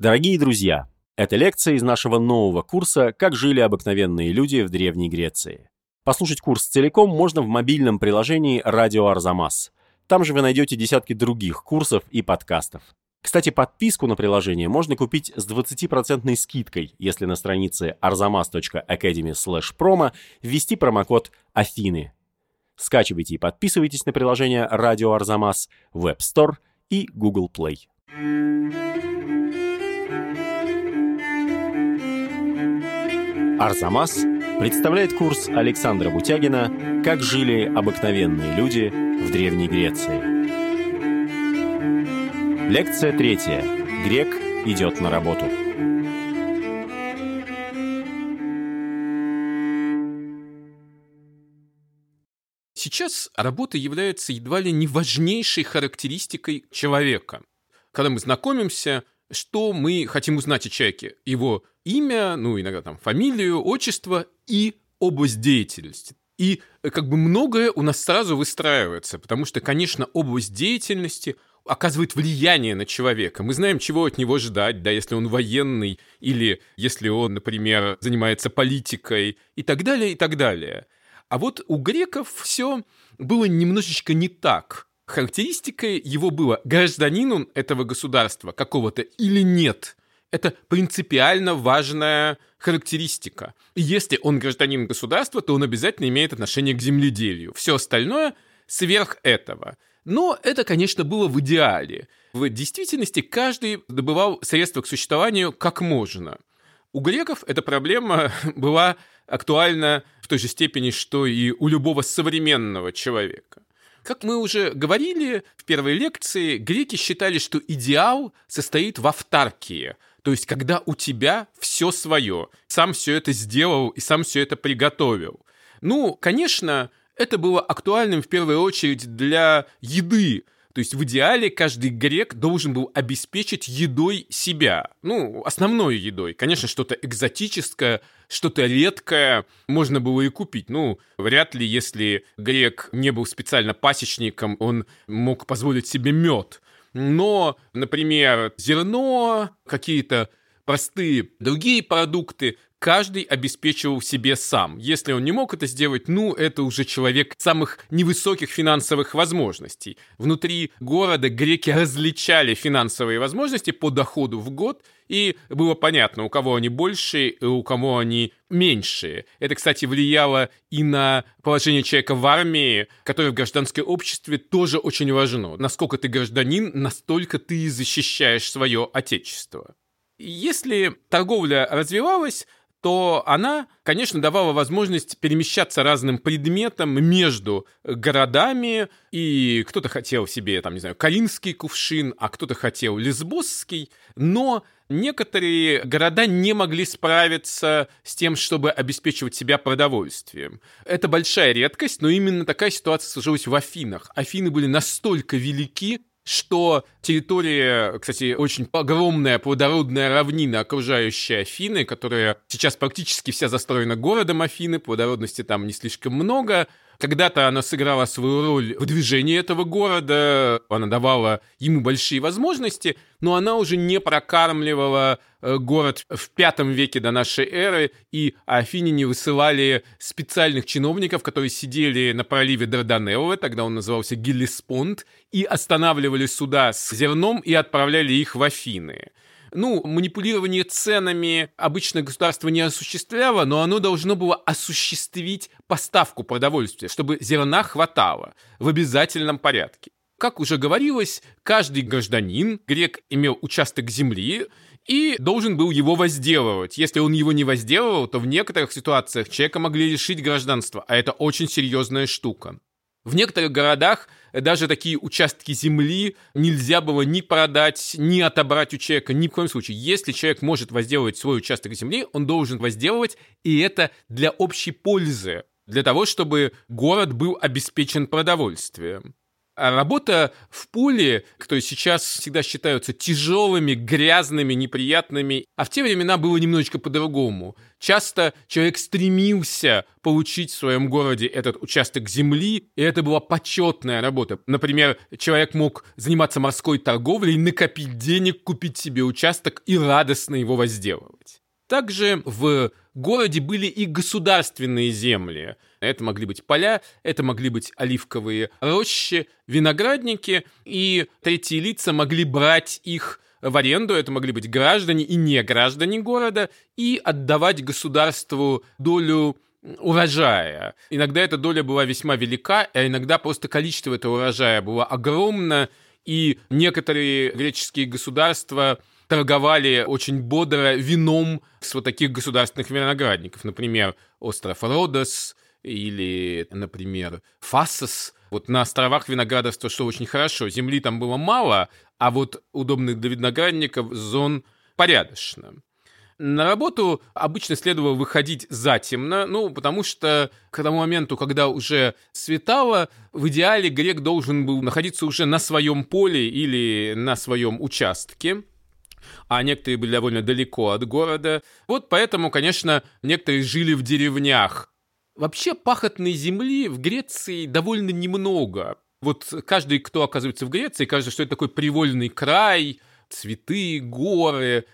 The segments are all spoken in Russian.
Дорогие друзья, это лекция из нашего нового курса «Как жили обыкновенные люди в Древней Греции». Послушать курс целиком можно в мобильном приложении «Радио Арзамас». Там же вы найдете десятки других курсов и подкастов. Кстати, подписку на приложение можно купить с 20% скидкой, если на странице arzamas.academy/promo ввести промокод Афины. Скачивайте и подписывайтесь на приложение «Радио Арзамас» в App Store и Google Play. Арзамас представляет курс Александра Бутягина «Как жили обыкновенные люди в Древней Греции». Лекция 3. Грек идет на работу. Сейчас работа является едва ли не важнейшей характеристикой человека. Когда мы знакомимся, что мы хотим узнать о человеке? Его имя, иногда фамилию, отчество и область деятельности. И многое у нас сразу выстраивается, потому что, конечно, область деятельности оказывает влияние на человека. Мы знаем, чего от него ждать, если он военный, или если он, например, занимается политикой, и так далее, и так далее. А вот у греков все было немножечко не так. Характеристикой его было, гражданин он этого государства какого-то или нет. Это принципиально важная характеристика. И если он гражданин государства, то он обязательно имеет отношение к земледелию. Все остальное сверх этого. Но это, конечно, было в идеале. В действительности каждый добывал средства к существованию как можно. У греков эта проблема была актуальна в той же степени, что и у любого современного человека. Как мы уже говорили в первой лекции, греки считали, что идеал состоит в автаркии, то есть когда у тебя все свое, сам все это сделал и сам все это приготовил. Конечно, это было актуальным в первую очередь для еды. То есть в идеале каждый грек должен был обеспечить едой себя. Основной едой. Конечно, что-то экзотическое, что-то редкое можно было и купить. Вряд ли, если грек не был специально пасечником, он мог позволить себе мед. Но, например, зерно, какие-то простые другие продукты каждый обеспечивал себе сам. Если он не мог это сделать, это уже человек самых невысоких финансовых возможностей. Внутри города греки различали финансовые возможности по доходу в год, и было понятно, у кого они большие и у кого они меньшие. Это, кстати, влияло и на положение человека в армии, которое в гражданском обществе тоже очень важно. Насколько ты гражданин, настолько ты и защищаешь свое отечество. Если торговля развивалась, то она, конечно, давала возможность перемещаться разным предметам между городами, и кто-то хотел себе, коринфский кувшин, а кто-то хотел лесбосский, но некоторые города не могли справиться с тем, чтобы обеспечивать себя продовольствием. Это большая редкость, но именно такая ситуация сложилась в Афинах. Афины были настолько велики, что территория, кстати, очень огромная плодородная равнина, окружающая Афины, которая сейчас практически вся застроена городом Афины, плодородности там не слишком много. Когда-то она сыграла свою роль в движении этого города, она давала ему большие возможности, но она уже не прокармливала город в V веке до нашей эры, и афиняне высылали специальных чиновников, которые сидели на проливе Дарданеллы, тогда он назывался Геллеспонд, и останавливали суда с зерном и отправляли их в Афины. Манипулирование ценами обычно государство не осуществляло, но оно должно было осуществить поставку продовольствия, чтобы зерна хватало в обязательном порядке. Как уже говорилось, каждый гражданин, грек, имел участок земли и должен был его возделывать. Если он его не возделывал, то в некоторых ситуациях человека могли лишить гражданства, а это очень серьезная штука. В некоторых городах даже такие участки земли нельзя было ни продать, ни отобрать у человека, ни в коем случае. Если человек может возделывать свой участок земли, он должен возделывать, и это для общей пользы, для того, чтобы город был обеспечен продовольствием. А работа в поле, которые сейчас всегда считаются тяжелыми, грязными, неприятными, а в те времена было немножечко по-другому. Часто человек стремился получить в своем городе этот участок земли, и это была почетная работа. Например, человек мог заниматься морской торговлей, накопить денег, купить себе участок и радостно его возделывать. Также в городе были и государственные земли. Это могли быть поля, это могли быть оливковые рощи, виноградники, и третьи лица могли брать их в аренду, это могли быть граждане и не граждане города, и отдавать государству долю урожая. Иногда эта доля была весьма велика, а иногда просто количество этого урожая было огромно, и некоторые греческие государства торговали очень бодро вином с вот таких государственных виноградников. Например, остров Родос или, например, Фассос. Вот на островах виноградарство шло очень хорошо. Земли там было мало, а вот удобных для виноградников зон порядочно. На работу обычно следовало выходить затемно, потому что к тому моменту, когда уже светало, в идеале грек должен был находиться уже на своем поле или на своем участке, а некоторые были довольно далеко от города. Вот поэтому, конечно, некоторые жили в деревнях. Вообще пахотной земли в Греции довольно немного. Вот каждый, кто оказывается в Греции, кажется, что это такой привольный край, цветы, горы,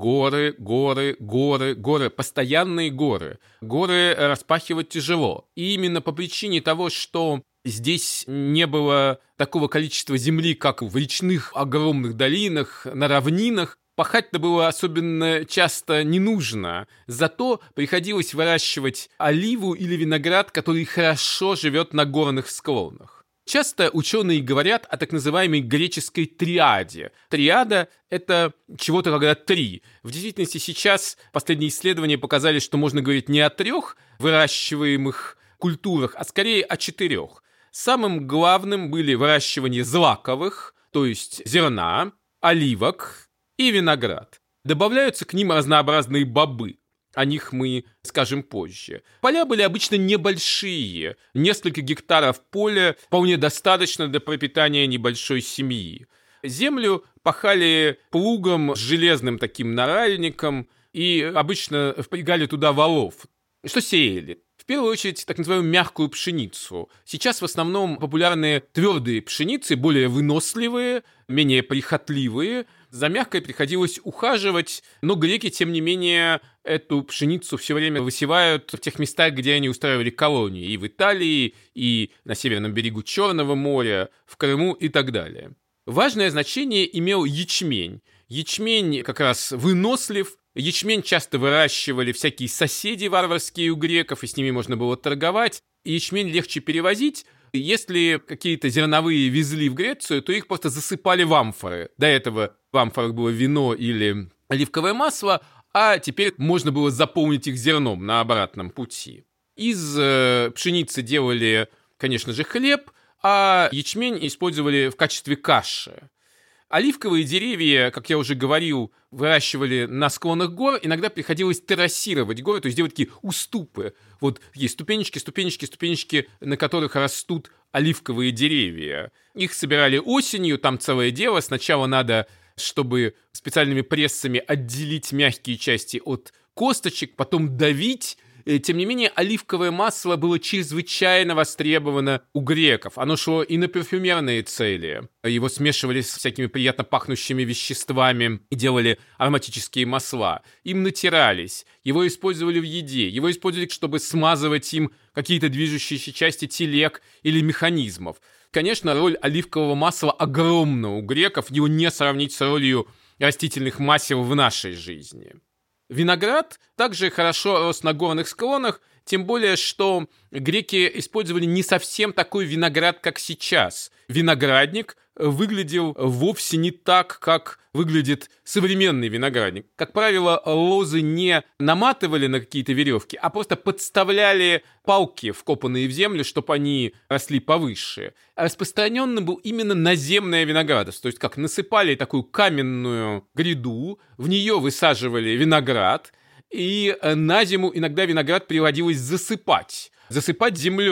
постоянные горы. Горы распахивать тяжело. И именно по причине того, что здесь не было такого количества земли, как в речных огромных долинах, на равнинах, пахать-то было особенно часто не нужно. Зато приходилось выращивать оливу или виноград, который хорошо живет на горных склонах. Часто ученые говорят о так называемой греческой триаде. Триада – это чего-то когда три. В действительности сейчас последние исследования показали, что можно говорить не о 3 выращиваемых культурах, а скорее о 4. Самым главным были выращивание злаковых, то есть зерна, оливок и виноград. Добавляются к ним разнообразные бобы. О них мы скажем позже. Поля были обычно небольшие. Несколько гектаров поля вполне достаточно для пропитания небольшой семьи. Землю пахали плугом с железным таким наральником и обычно впрягали туда волов. Что сеяли? В первую очередь, так называемую мягкую пшеницу. Сейчас в основном популярны твердые пшеницы, более выносливые, менее прихотливые. За мягкой приходилось ухаживать, но греки, тем не менее, эту пшеницу все время высевают в тех местах, где они устраивали колонии. И в Италии, и на северном берегу Черного моря, в Крыму и так далее. Важное значение имел ячмень. Ячмень как раз вынослив. Ячмень часто выращивали всякие соседи варварские у греков, и с ними можно было торговать. И ячмень легче перевозить. Если какие-то зерновые везли в Грецию, то их просто засыпали в амфоры. До этого в амфорах было вино или оливковое масло, а теперь можно было заполнить их зерном на обратном пути. Из пшеницы делали, конечно же, хлеб, а ячмень использовали в качестве каши. Оливковые деревья, как я уже говорил, выращивали на склонах гор. Иногда приходилось террасировать горы, то есть делать такие уступы. Вот есть ступенечки, на которых растут оливковые деревья. Их собирали осенью, там целое дело. Сначала надо, чтобы специальными прессами отделить мягкие части от косточек, потом давить. Тем не менее, оливковое масло было чрезвычайно востребовано у греков. Оно шло и на парфюмерные цели. Его смешивали с всякими приятно пахнущими веществами и делали ароматические масла. Им натирались, его использовали в еде, его использовали, чтобы смазывать им какие-то движущиеся части телег или механизмов. Конечно, роль оливкового масла огромна у греков, его не сравнить с ролью растительных масел в нашей жизни. Виноград также хорошо рос на горных склонах, тем более, что греки использовали не совсем такой виноград, как сейчас. Виноградник выглядел вовсе не так, как выглядит современный виноградник. Как правило, лозы не наматывали на какие-то веревки, а просто подставляли палки, вкопанные в землю, чтобы они росли повыше. Распространенным был именно наземное виноградарство, то есть как насыпали такую каменную гряду, в нее высаживали виноград, и на зиму иногда виноград приходилось засыпать землей.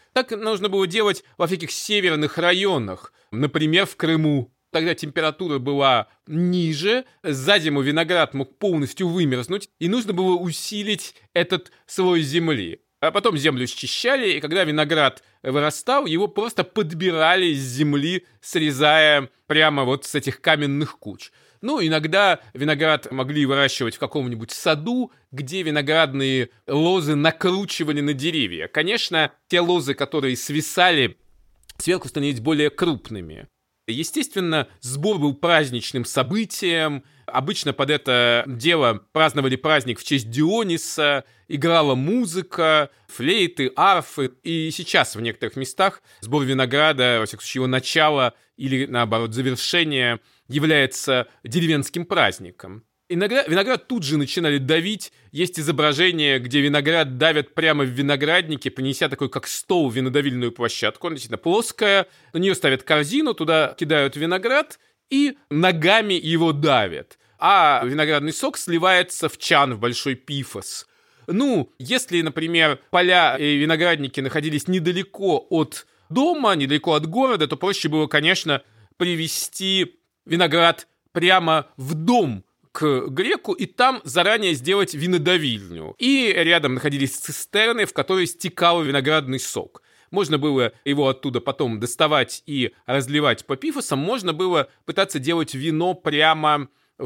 Так нужно было делать во всяких северных районах, например, в Крыму. Тогда температура была ниже, за зиму виноград мог полностью вымерзнуть, и нужно было усилить этот слой земли. А потом землю счищали, и когда виноград вырастал, его просто подбирали с земли, срезая прямо вот с этих каменных куч. Ну, иногда виноград могли выращивать в каком-нибудь саду, где виноградные лозы накручивали на деревья. Конечно, те лозы, которые свисали, сверху становились более крупными. Естественно, сбор был праздничным событием. Обычно под это дело праздновали праздник в честь Диониса, играла музыка, флейты, арфы. И сейчас в некоторых местах сбор винограда, во всяком случае его начало или, наоборот, завершение, является деревенским праздником. Иногда виноград тут же начинали давить. Есть изображение, где виноград давят прямо в винограднике, принеся такой, как стол, винодавильную площадку. Она действительно плоская. На нее ставят корзину, туда кидают виноград и ногами его давят. А виноградный сок сливается в чан, в большой пифос. Ну, если, например, поля и виноградники находились недалеко от дома, недалеко от города, то проще было, конечно, привезти виноград прямо в дом к греку и там заранее сделать винодавильню. И рядом находились цистерны, в которые стекал виноградный сок. Можно было его оттуда потом доставать и разливать по пифосам, можно было пытаться делать вино прямо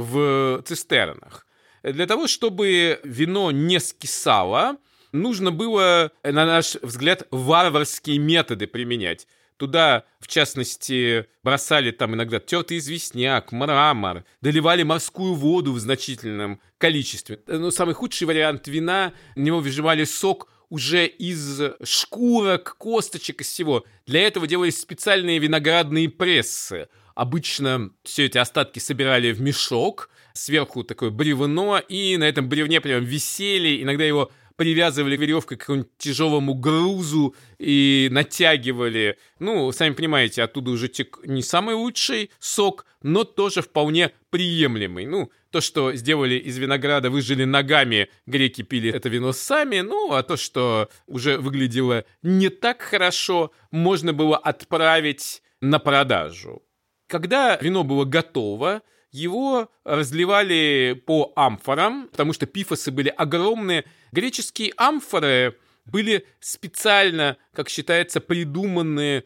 в цистернах. Для того, чтобы вино не скисало, нужно было, на наш взгляд, варварские методы применять. Туда, в частности, бросали там иногда тертый известняк, мрамор, доливали морскую воду в значительном количестве. Но самый худший вариант вина, в него выжимали сок уже из шкурок, косточек, из всего. Для этого делались специальные виноградные прессы. Обычно все эти остатки собирали в мешок, сверху такое бревно, и на этом бревне прям висели, иногда его привязывали веревкой к какому-нибудь тяжелому грузу и натягивали. Ну, сами понимаете, оттуда уже тек не самый лучший сок, но тоже вполне приемлемый. Ну, то, что сделали из винограда, выжили ногами, греки пили это вино сами, ну, а то, что уже выглядело не так хорошо, можно было отправить на продажу. Когда вино было готово, его разливали по амфорам, потому что пифосы были огромные. Греческие амфоры были специально, как считается, придуманы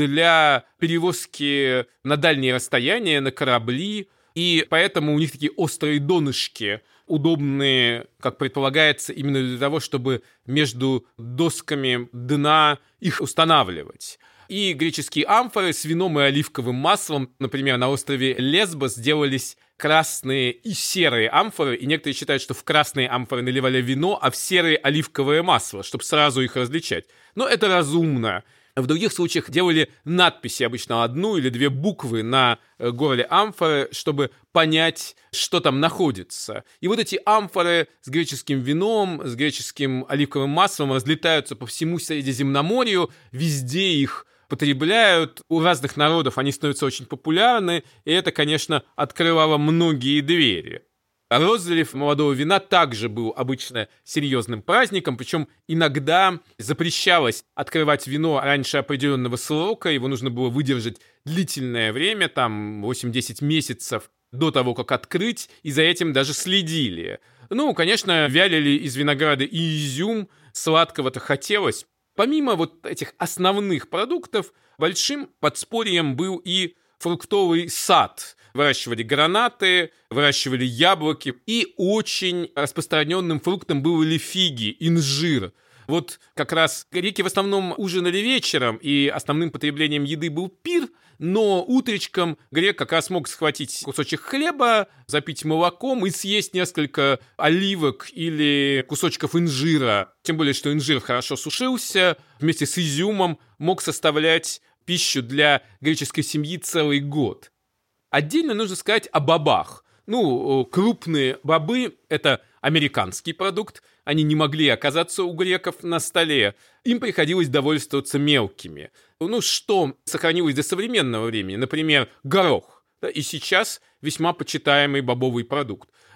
для перевозки на дальние расстояния, на корабли, и поэтому у них такие острые донышки, удобные, как предполагается, именно для того, чтобы между досками дна их устанавливать. И греческие амфоры с вином и оливковым маслом, например, на острове Лесбос делались красные и серые амфоры, и некоторые считают, что в красные амфоры наливали вино, а в серые оливковое масло, чтобы сразу их различать. Но это разумно. В других случаях делали надписи, обычно одну или две буквы на горле амфоры, чтобы понять, что там находится. И вот эти амфоры с греческим вином, с греческим оливковым маслом разлетаются по всему Средиземноморью, везде их потребляют, у разных народов они становятся очень популярны, и это, конечно, открывало многие двери. Розлив молодого вина также был обычно серьезным праздником, причем иногда запрещалось открывать вино раньше определенного срока, его нужно было выдержать длительное время, там 8-10 месяцев до того, как открыть, и за этим даже следили. Ну, конечно, вялили из винограда и изюм, сладкого-то хотелось. Помимо вот этих основных продуктов, большим подспорьем был и фруктовый сад. Выращивали гранаты, выращивали яблоки, и очень распространенным фруктом были фиги, инжир. Вот как раз греки в основном ужинали вечером, и основным потреблением еды был пир, но утречком грек как раз мог схватить кусочек хлеба, запить молоком и съесть несколько оливок или кусочков инжира. Тем более, что инжир хорошо сушился, вместе с изюмом мог составлять пищу для греческой семьи целый год. Отдельно нужно сказать о бобах. Ну, крупные бобы – это американский продукт, они не могли оказаться у греков на столе, им приходилось довольствоваться мелкими. Ну, что сохранилось до современного времени? Например, горох. Да, и сейчас весьма почитаемый бобовый продукт.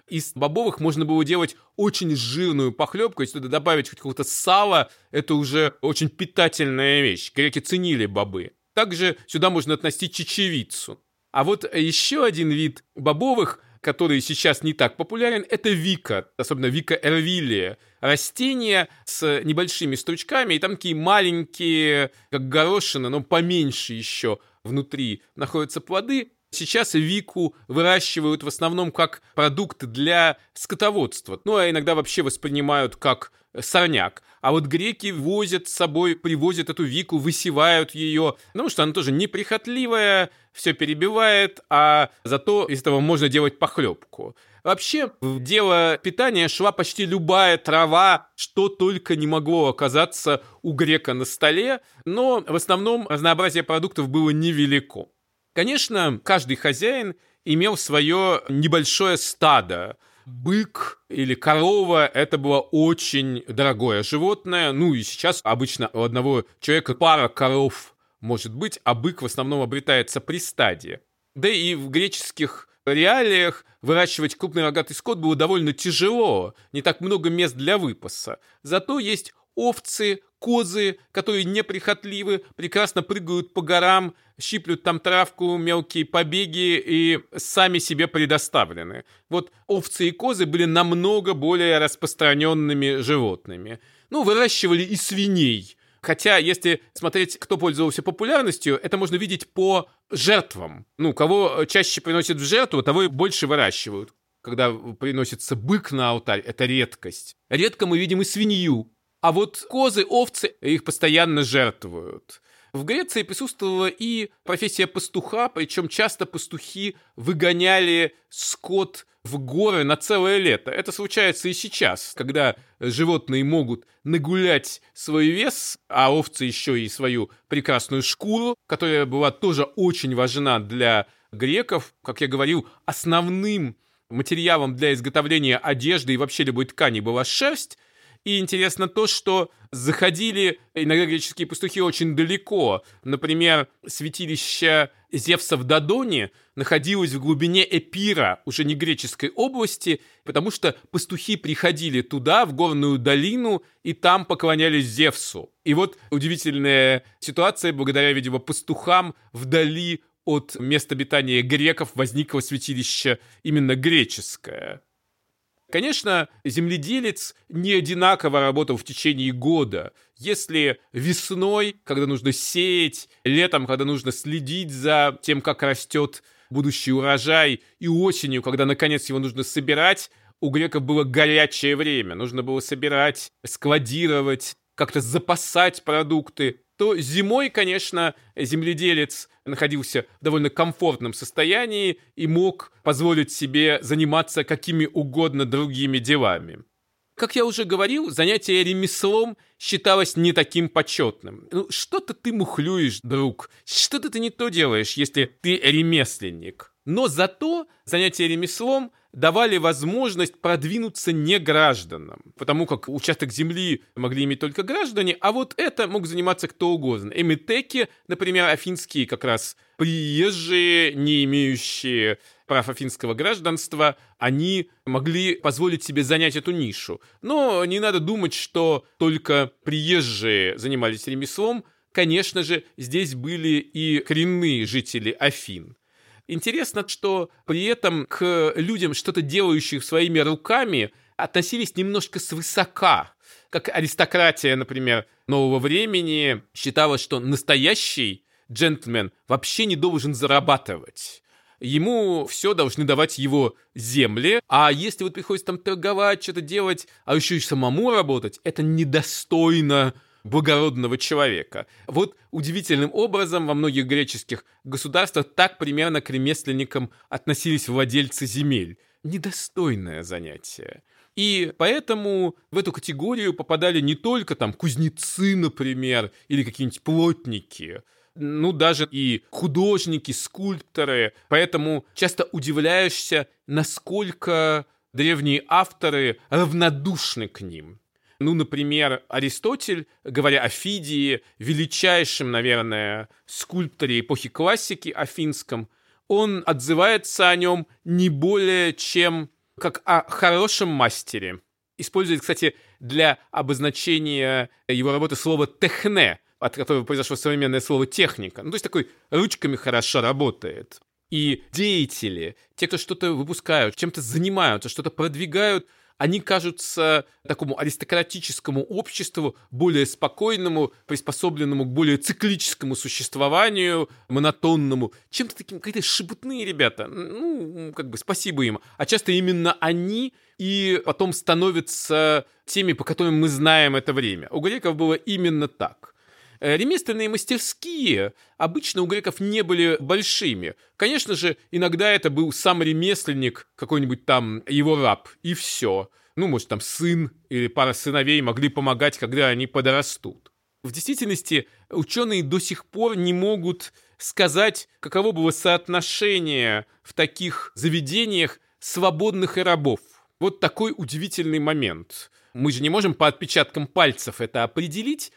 Из бобовых можно было делать очень жирную похлебку, если туда добавить хоть какого-то сала, это уже очень питательная вещь. Греки ценили бобы. Также сюда можно относить чечевицу. А вот еще один вид бобовых, который сейчас не так популярен, это вика, особенно вика эрвилия. Растение с небольшими стручками, и там такие маленькие, как горошины, но поменьше еще внутри находятся плоды. Сейчас вику выращивают в основном как продукт для скотоводства, ну а иногда вообще воспринимают как сорняк. А вот греки возят с собой, привозят эту вику, высевают ее, потому что она тоже неприхотливая, все перебивает, а зато из этого можно делать похлебку. Вообще, в дело питания шла почти любая трава, что только не могло оказаться у грека на столе, но в основном разнообразие продуктов было невелико. Конечно, каждый хозяин имел свое небольшое стадо. Бык или корова – это было очень дорогое животное. Ну и сейчас обычно у одного человека пара коров может быть, а бык в основном обретается при стаде. Да и в греческих реалиях выращивать крупный рогатый скот было довольно тяжело, не так много мест для выпаса. Зато есть овцы, козы, которые неприхотливы, прекрасно прыгают по горам, щиплют там травку, мелкие побеги и сами себе предоставлены. Вот овцы и козы были намного более распространенными животными. Ну, выращивали и свиней. Хотя, если смотреть, кто пользовался популярностью, это можно видеть по жертвам. Ну, кого чаще приносят в жертву, того и больше выращивают. Когда приносится бык на алтарь, это редкость. Редко мы видим и свинью. А вот козы, овцы, их постоянно жертвуют. В Греции присутствовала и профессия пастуха, причем часто пастухи выгоняли скот в горы на целое лето. Это случается и сейчас, когда животные могут нагулять свой вес, а овцы еще и свою прекрасную шкуру, которая была тоже очень важна для греков. Как я говорил, основным материалом для изготовления одежды и вообще любой ткани была шерсть. И интересно то, что заходили иногда греческие пастухи очень далеко. Например, святилище Зевса в Додоне находилось в глубине Эпира, уже не греческой области, потому что пастухи приходили туда, в горную долину, и там поклонялись Зевсу. И вот удивительная ситуация, благодаря, видимо, пастухам вдали от места обитания греков возникло святилище именно греческое. Конечно, земледелец не одинаково работал в течение года. Если весной, когда нужно сеять, летом, когда нужно следить за тем, как растет будущий урожай, и осенью, когда наконец его нужно собирать, у греков было горячее время. Нужно было собирать, складировать, как-то запасать продукты. То зимой, конечно, земледелец находился в довольно комфортном состоянии и мог позволить себе заниматься какими угодно другими делами. Как я уже говорил, занятие ремеслом считалось не таким почетным. Ну, что-то ты мухлюешь, друг, что-то ты не то делаешь, если ты ремесленник. Но зато занятие ремеслом давали возможность продвинуться не гражданам, потому как участок земли могли иметь только граждане, а вот это мог заниматься кто угодно. Эмитеки, например, афинские как раз приезжие, не имеющие прав афинского гражданства, они могли позволить себе занять эту нишу. Но не надо думать, что только приезжие занимались ремеслом. Конечно же, здесь были и коренные жители Афин. Интересно, что при этом к людям, что-то делающим своими руками, относились немножко свысока. Как аристократия, например, нового времени считала, что настоящий джентльмен вообще не должен зарабатывать. Ему все должны давать его земли, а если вот приходится там торговать, что-то делать, а еще и самому работать, это недостойно благородного человека. Вот удивительным образом во многих греческих государствах так примерно к ремесленникам относились владельцы земель. Недостойное занятие. И поэтому в эту категорию попадали не только там кузнецы, например, или какие-нибудь плотники, ну, даже и художники, скульпторы. Поэтому часто удивляешься, насколько древние авторы равнодушны к ним. Ну, например, Аристотель, говоря о Фидии, величайшем, наверное, скульпторе эпохи классики афинском, он отзывается о нем не более чем как о хорошем мастере. Использует, кстати, для обозначения его работы слово «техне», от которого произошло современное слово «техника». Ну, то есть такой ручками хорошо работает. И деятели, те, кто что-то выпускают, чем-то занимаются, что-то продвигают, они кажутся такому аристократическому обществу, более спокойному, приспособленному к более циклическому существованию, монотонному, чем-то таким, какие-то шебутные ребята. Ну, как бы спасибо им. А часто именно они и потом становятся теми, по которым мы знаем это время. У греков было именно так. Ремесленные мастерские обычно у греков не были большими. Конечно же, иногда это был сам ремесленник, какой-нибудь там его раб, и все. Ну, может, там сын или пара сыновей могли помогать, когда они подрастут. В действительности, ученые до сих пор не могут сказать, каково было соотношение в таких заведениях свободных и рабов. Вот такой удивительный момент. Мы же не можем по отпечаткам пальцев это определить,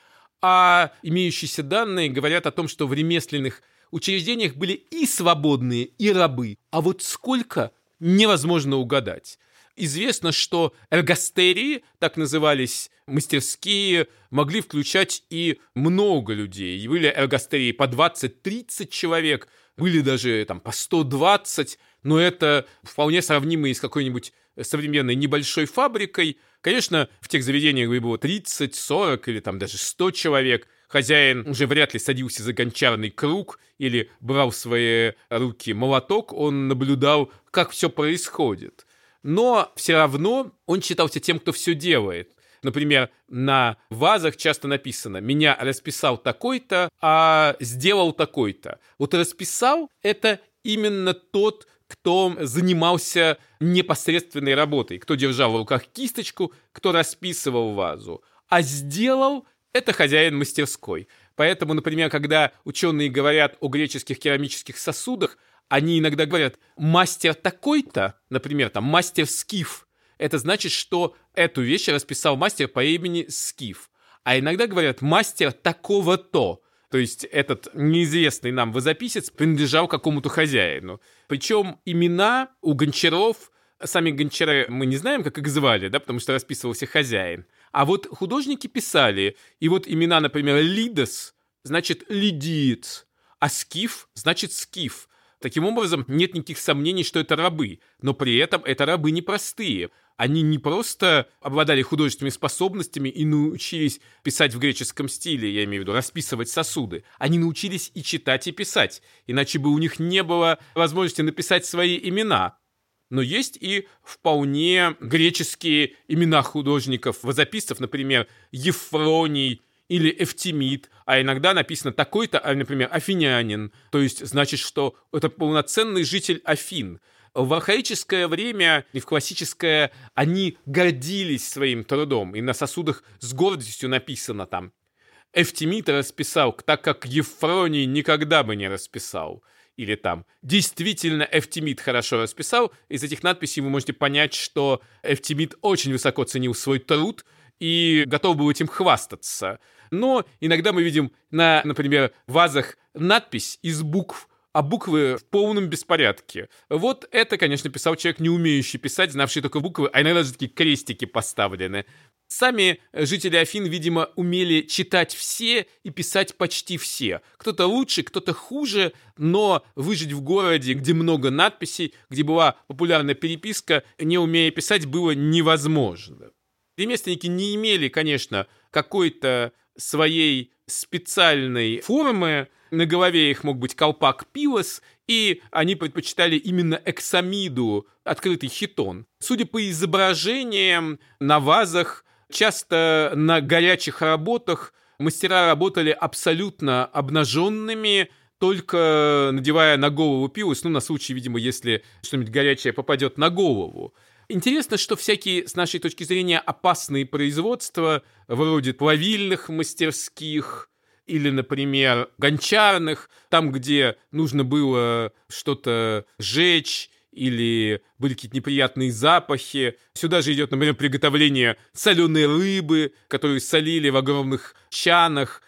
а имеющиеся данные говорят о том, что в ремесленных учреждениях были и свободные, и рабы. А вот сколько, невозможно угадать. Известно, что эргастерии, так назывались мастерские, могли включать и много людей. И были эргастерии по 20-30 человек, были даже там по 120, но это вполне сравнимые с какой-нибудь современной небольшой фабрикой. Конечно, в тех заведениях, где было 30, 40 или там даже 100 человек, хозяин уже вряд ли садился за гончарный круг или брал в свои руки молоток, он наблюдал, как все происходит. Но все равно он считался тем, кто все делает. Например, на вазах часто написано «меня расписал такой-то, а сделал такой-то». Вот расписал – это именно тот, кто занимался непосредственной работой, кто держал в руках кисточку, кто расписывал вазу. А сделал – это хозяин мастерской. Поэтому, например, когда ученые говорят о греческих керамических сосудах, они иногда говорят «мастер такой-то», например, там «мастер Скиф». Это значит, что эту вещь расписал мастер по имени Скиф. А иногда говорят «мастер такого-то». То есть этот неизвестный нам вазописец принадлежал какому-то хозяину. Причем имена у гончаров, сами гончары мы не знаем, как их звали, да, потому что расписывался хозяин. А вот художники писали, и вот имена, например, Лидос, значит лидиец, а Скиф, значит скиф. Таким образом, нет никаких сомнений, что это рабы, но при этом это рабы непростые. Они не просто обладали художественными способностями и научились писать в греческом стиле, я имею в виду расписывать сосуды. Они научились и читать, и писать, иначе бы у них не было возможности написать свои имена. Но есть и вполне греческие имена художников-вазописцев, например, Евфроний или Эвтимид, а иногда написано такой-то, например, афинянин, то есть значит, что это полноценный житель Афин. В архаическое время и в классическое они гордились своим трудом, и на сосудах с гордостью написано там «Эвтимид расписал, так как Евфроний никогда бы не расписал». Или там «Действительно, Эвтимид хорошо расписал». Из этих надписей вы можете понять, что Эвтимид очень высоко ценил свой труд и готов был этим хвастаться. Но иногда мы видим на, например, вазах надпись из букв, а буквы в полном беспорядке. Вот это, конечно, писал человек, не умеющий писать, знавший только буквы, а иногда даже такие крестики поставлены. Сами жители Афин, видимо, умели читать все и писать почти все. Кто-то лучше, кто-то хуже, но выжить в городе, где много надписей, где была популярная переписка, не умея писать, было невозможно. Ремесленники не имели, конечно, какой-то своей специальной формы. На голове их мог быть колпак пилос, и они предпочитали именно эксамиду, открытый хитон. Судя по изображениям на вазах, часто на горячих работах мастера работали абсолютно обнаженными, только надевая на голову пилос, на случай, видимо, если что-нибудь горячее попадет на голову. Интересно, что всякие, с нашей точки зрения, опасные производства, вроде плавильных мастерских или, например, гончарных, там, где нужно было что-то жечь или были какие-то неприятные запахи. Сюда же идет, например, приготовление соленой рыбы, которую солили в огромных чанах.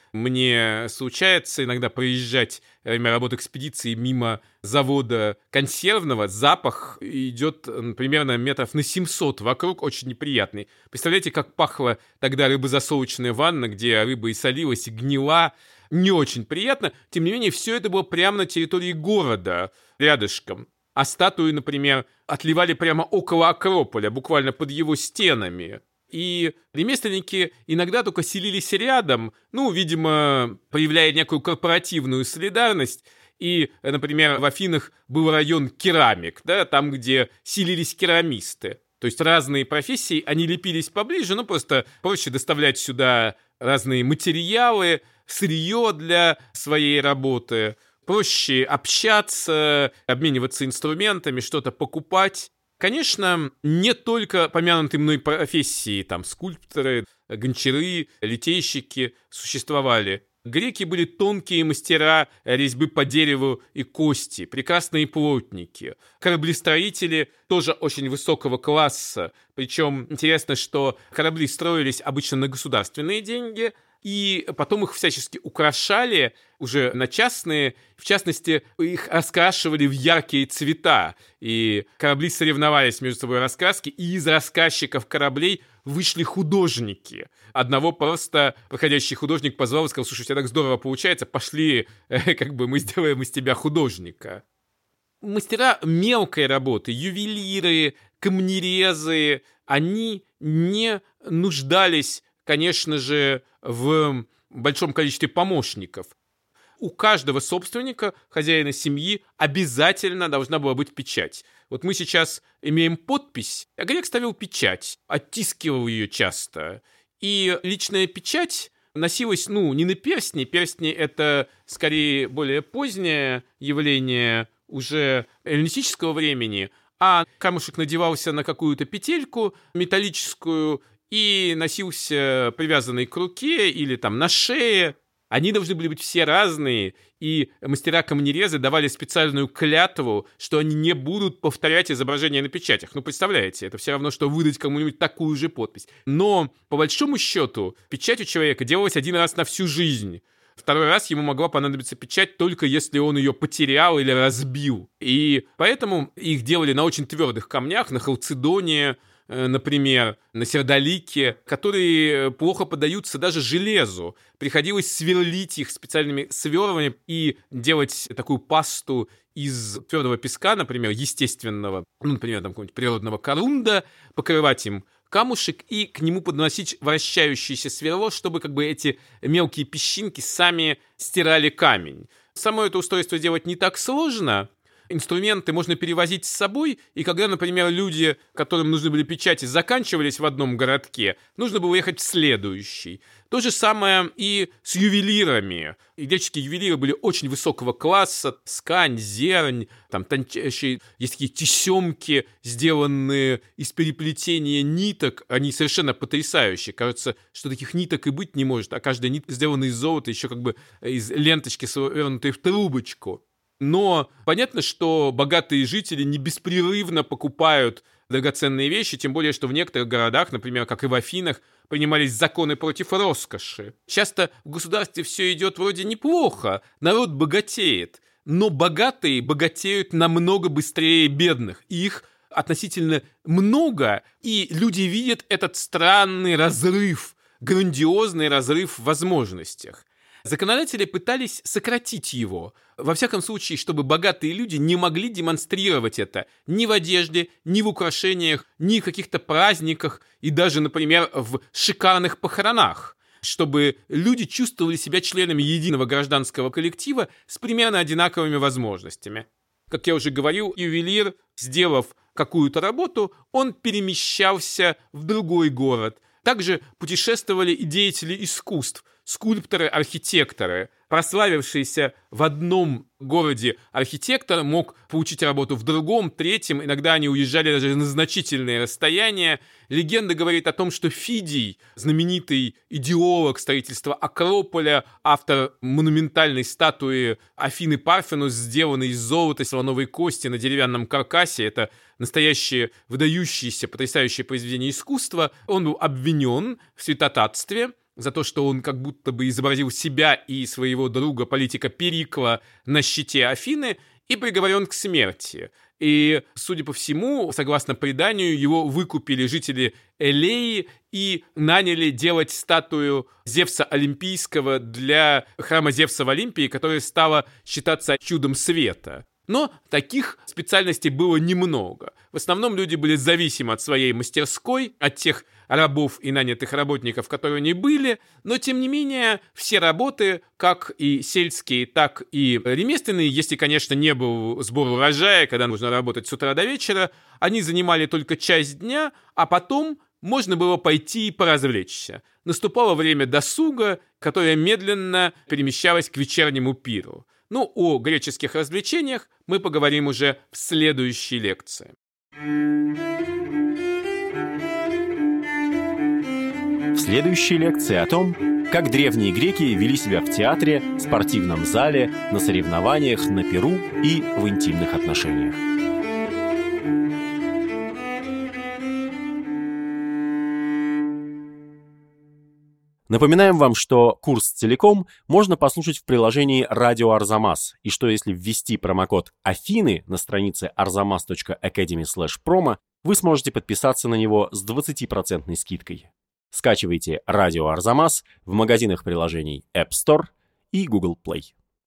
Мне случается иногда проезжать во время работы экспедиции мимо завода консервного. Запах идет примерно метров на 700 вокруг, очень неприятный. Представляете, как пахла тогда рыбозасолочная ванна, где рыба и солилась, и гнила. Не очень приятно. Тем не менее, все это было прямо на территории города, рядышком. А статуи, например, отливали прямо около Акрополя, буквально под его стенами. И ремесленники иногда только селились рядом, видимо, проявляя некую корпоративную солидарность. И, например, в Афинах был район керамик, да, там, где селились керамисты. То есть разные профессии, они лепились поближе, просто проще доставлять сюда разные материалы, сырье для своей работы, проще общаться, обмениваться инструментами, что-то покупать. Конечно, не только помянутые мной профессии, там скульпторы, гончары, литейщики существовали. Греки были тонкие мастера резьбы по дереву и кости, прекрасные плотники. Кораблестроители тоже очень высокого класса. Причем интересно, что корабли строились обычно на государственные деньги, и потом их всячески украшали уже на частные. В частности, их раскрашивали в яркие цвета. И корабли соревновались между собой в раскраске, и из рассказчиков кораблей вышли художники. Одного просто проходящий художник позвал и сказал: слушай, у тебя так здорово получается, пошли, мы сделаем из тебя художника. Мастера мелкой работы, ювелиры, камнерезы, они не нуждались, конечно же, в большом количестве помощников. У каждого собственника, хозяина семьи, обязательно должна была быть печать. Вот мы сейчас имеем подпись, а грек ставил печать, оттискивал ее часто. И личная печать носилась, не на перстни. Перстни — это скорее более позднее явление уже эллинистического времени, а камушек надевался на какую-то петельку металлическую и носился привязанный к руке или там на шее. Они должны были быть все разные, и мастера-камнерезы давали специальную клятву, что они не будут повторять изображения на печатях. Представляете, это все равно, что выдать кому-нибудь такую же подпись. Но, по большому счету, печать у человека делалась один раз на всю жизнь. Второй раз ему могла понадобиться печать только если он ее потерял или разбил. И поэтому их делали на очень твердых камнях, на халцедоне, например, на сердолике, которые плохо поддаются даже железу. Приходилось сверлить их специальными сверлами и делать такую пасту из твердого песка, например, естественного, например, какого-нибудь природного корунда, покрывать им камушек и к нему подносить вращающееся сверло, чтобы эти мелкие песчинки сами стирали камень. Само это устройство делать не так сложно. Инструменты можно перевозить с собой, и когда, например, люди, которым нужны были печати, заканчивались в одном городке, нужно было ехать в следующий. То же самое и с ювелирами. Греческие ювелиры были очень высокого класса. Ткань, зернь, там тончайшие, есть такие тесемки, сделанные из переплетения ниток. Они совершенно потрясающие. Кажется, что таких ниток и быть не может, а каждая нитка сделана из золота, еще из ленточки, свернутой в трубочку. Но понятно, что богатые жители не беспрерывно покупают драгоценные вещи, тем более, что в некоторых городах, например, как и в Афинах, принимались законы против роскоши. Часто в государстве все идет вроде неплохо, народ богатеет, но богатые богатеют намного быстрее бедных. Их относительно много, и люди видят этот странный разрыв, грандиозный разрыв в возможностях. Законодатели пытались сократить его, во всяком случае, чтобы богатые люди не могли демонстрировать это ни в одежде, ни в украшениях, ни в каких-то праздниках и даже, например, в шикарных похоронах, чтобы люди чувствовали себя членами единого гражданского коллектива с примерно одинаковыми возможностями. Как я уже говорил, ювелир, сделав какую-то работу, он перемещался в другой город. Также путешествовали и деятели искусств, скульпторы, архитекторы. Прославившийся в одном городе архитектор мог получить работу в другом, третьем. Иногда они уезжали даже на значительные расстояния. Легенда говорит о том, что Фидий, знаменитый идеолог строительства Акрополя, автор монументальной статуи Афины Парфенус, сделанной из золота, слоновой кости на деревянном каркасе, это настоящее выдающееся, потрясающее произведение искусства, он был обвинен в святотатстве, за то, что он как будто бы изобразил себя и своего друга, политика Перикла, на щите Афины, и приговорен к смерти. И, судя по всему, согласно преданию, его выкупили жители Элеи и наняли делать статую Зевса Олимпийского для храма Зевса в Олимпии, которая стала считаться чудом света. Но таких специальностей было немного. В основном люди были зависимы от своей мастерской, от тех рабов и нанятых работников, которые они были, но, тем не менее, все работы, как и сельские, так и ремесленные, если, конечно, не был сбор урожая, когда нужно работать с утра до вечера, они занимали только часть дня, а потом можно было пойти и поразвлечься. Наступало время досуга, которое медленно перемещалось к вечернему пиру. Ну, о греческих развлечениях мы поговорим уже в следующей лекции. В следующей лекции о том, как древние греки вели себя в театре, спортивном зале, на соревнованиях, на пиру и в интимных отношениях. Напоминаем вам, что курс целиком можно послушать в приложении «Радио Арзамас», и что если ввести промокод «Афины» на странице arzamas.academy/promo, вы сможете подписаться на него с 20% скидкой. Скачивайте «Радио Арзамас» в магазинах приложений App Store и Google Play.